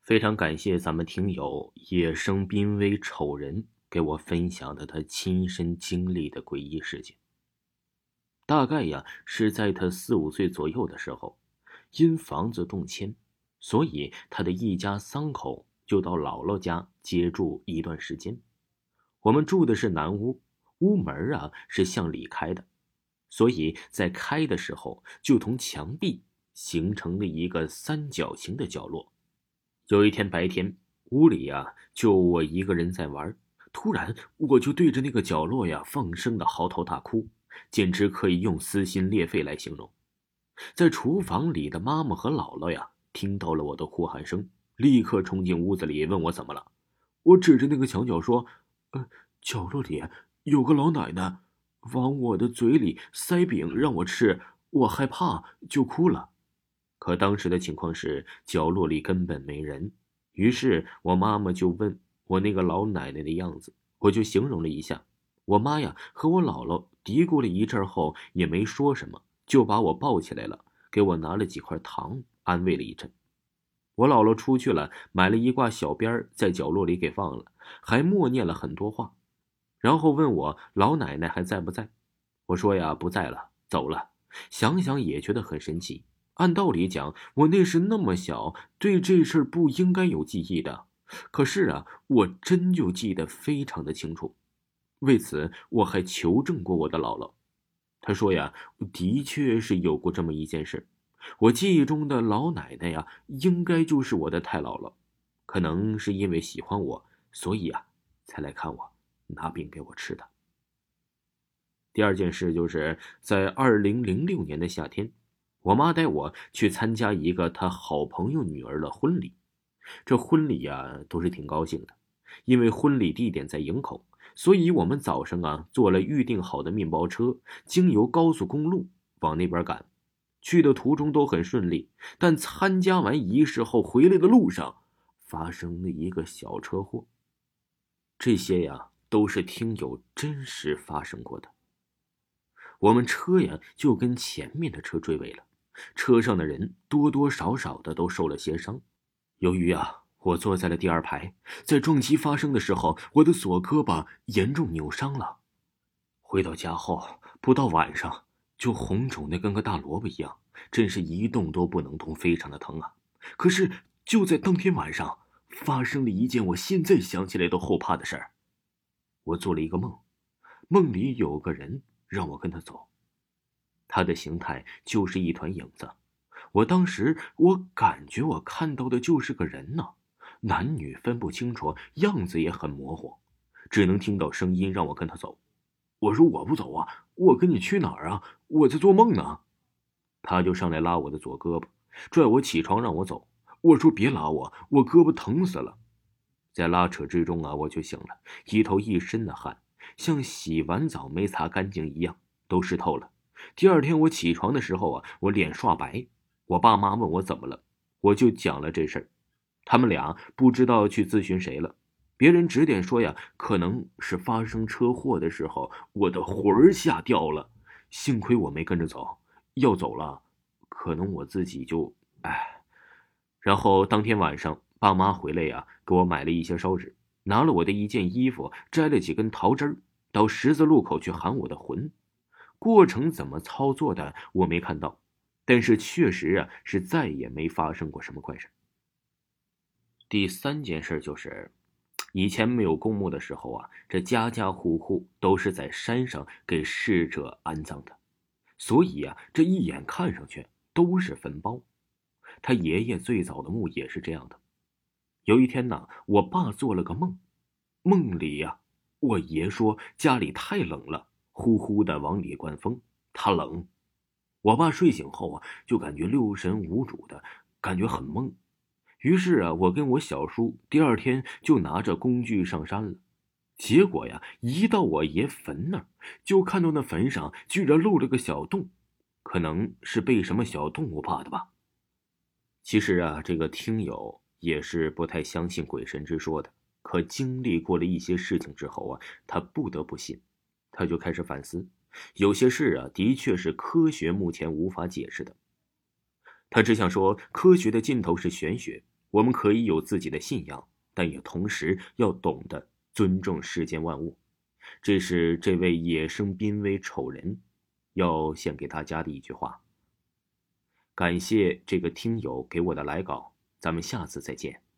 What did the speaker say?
非常感谢咱们听友野生濒危丑人给我分享的他亲身经历的诡异事件。大概呀是在他4、5岁左右的时候，因房子动迁，所以他的一家3口就到姥姥家接住一段时间。我们住的是南屋，屋门是向里开的，所以在开的时候就同墙壁形成了一个三角形的角落。有一天白天，屋里就我一个人在玩，突然我就对着那个角落放声的嚎啕大哭，简直可以用撕心裂肺来形容。在厨房里的妈妈和姥姥听到了我的哭喊声，立刻冲进屋子里问我怎么了。我指着那个墙角说，角落里有个老奶奶往我的嘴里塞饼让我吃，我害怕就哭了。可当时的情况是角落里根本没人，于是我妈妈就问我那个老奶奶的样子，我就形容了一下。我妈和我姥姥嘀咕了一阵后也没说什么，就把我抱起来了，给我拿了几块糖，安慰了一阵。我姥姥出去了，买了一挂小鞭在角落里给放了，还默念了很多话，然后问我老奶奶还在不在。我说不在了，走了。想想也觉得很神奇，按道理讲我那时那么小，对这事儿不应该有记忆的，可是我真就记得非常的清楚。为此我还求证过我的姥姥，她说的确是有过这么一件事。我记忆中的老奶奶应该就是我的太姥姥，可能是因为喜欢我，所以才来看我，拿饼给我吃的。第二件事就是在2006年的夏天，我妈带我去参加一个她好朋友女儿的婚礼。这婚礼都是挺高兴的，因为婚礼地点在营口，所以我们早上坐了预定好的面包车，经由高速公路往那边赶。去的途中都很顺利，但参加完仪式后回来的路上，发生了一个小车祸。这些都是听友真实发生过的。我们车就跟前面的车追尾了，车上的人多多少少的都受了些伤。由于我坐在了第2排，在撞击发生的时候，我的左胳膊严重扭伤了。回到家后，不到晚上就红肿的跟个大萝卜一样，真是一动都不能动，非常的疼啊。可是就在当天晚上，发生了一件我现在想起来都后怕的事儿。我做了一个梦，梦里有个人让我跟他走，他的形态就是一团影子。当时我感觉我看到的就是个人呢，男女分不清楚，样子也很模糊，只能听到声音让我跟他走。我说我不走我跟你去哪儿我在做梦呢。他就上来拉我的左胳膊，拽我起床让我走。我说别拉我胳膊疼死了。在拉扯之中我就醒了，一头一身的汗，像洗完澡没擦干净一样，都湿透了。第二天我起床的时候我脸刷白。我爸妈问我怎么了，我就讲了这事儿。他们俩不知道去咨询谁了，别人指点说可能是发生车祸的时候我的魂儿吓掉了，幸亏我没跟着走，要走了可能我自己就然后当天晚上爸妈回来给我买了一些烧纸，拿了我的一件衣服，摘了几根桃枝到十字路口去喊我的魂。过程怎么操作的我没看到，但是确实是再也没发生过什么怪事。第3件事就是以前没有公墓的时候这家家户户都是在山上给逝者安葬的，所以这一眼看上去都是坟包。他爷爷最早的墓也是这样的。有一天我爸做了个梦，梦里我爷说家里太冷了，呼呼的往里灌风，他冷。我爸睡醒后就感觉六神无主的，感觉很懵。于是我跟我小叔第2天就拿着工具上山了。结果一到我爷坟那儿，就看到那坟上居然漏了个小洞，可能是被什么小动物怕的吧。其实这个听友也是不太相信鬼神之说的，可经历过了一些事情之后他不得不信。他就开始反思，有些事的确是科学目前无法解释的。他只想说，科学的尽头是玄学， 我们可以有自己的信仰，但也同时要懂得尊重世间万物。这是这位野生濒危丑人要献给大家的一句话。感谢这个听友给我的来稿，咱们下次再见。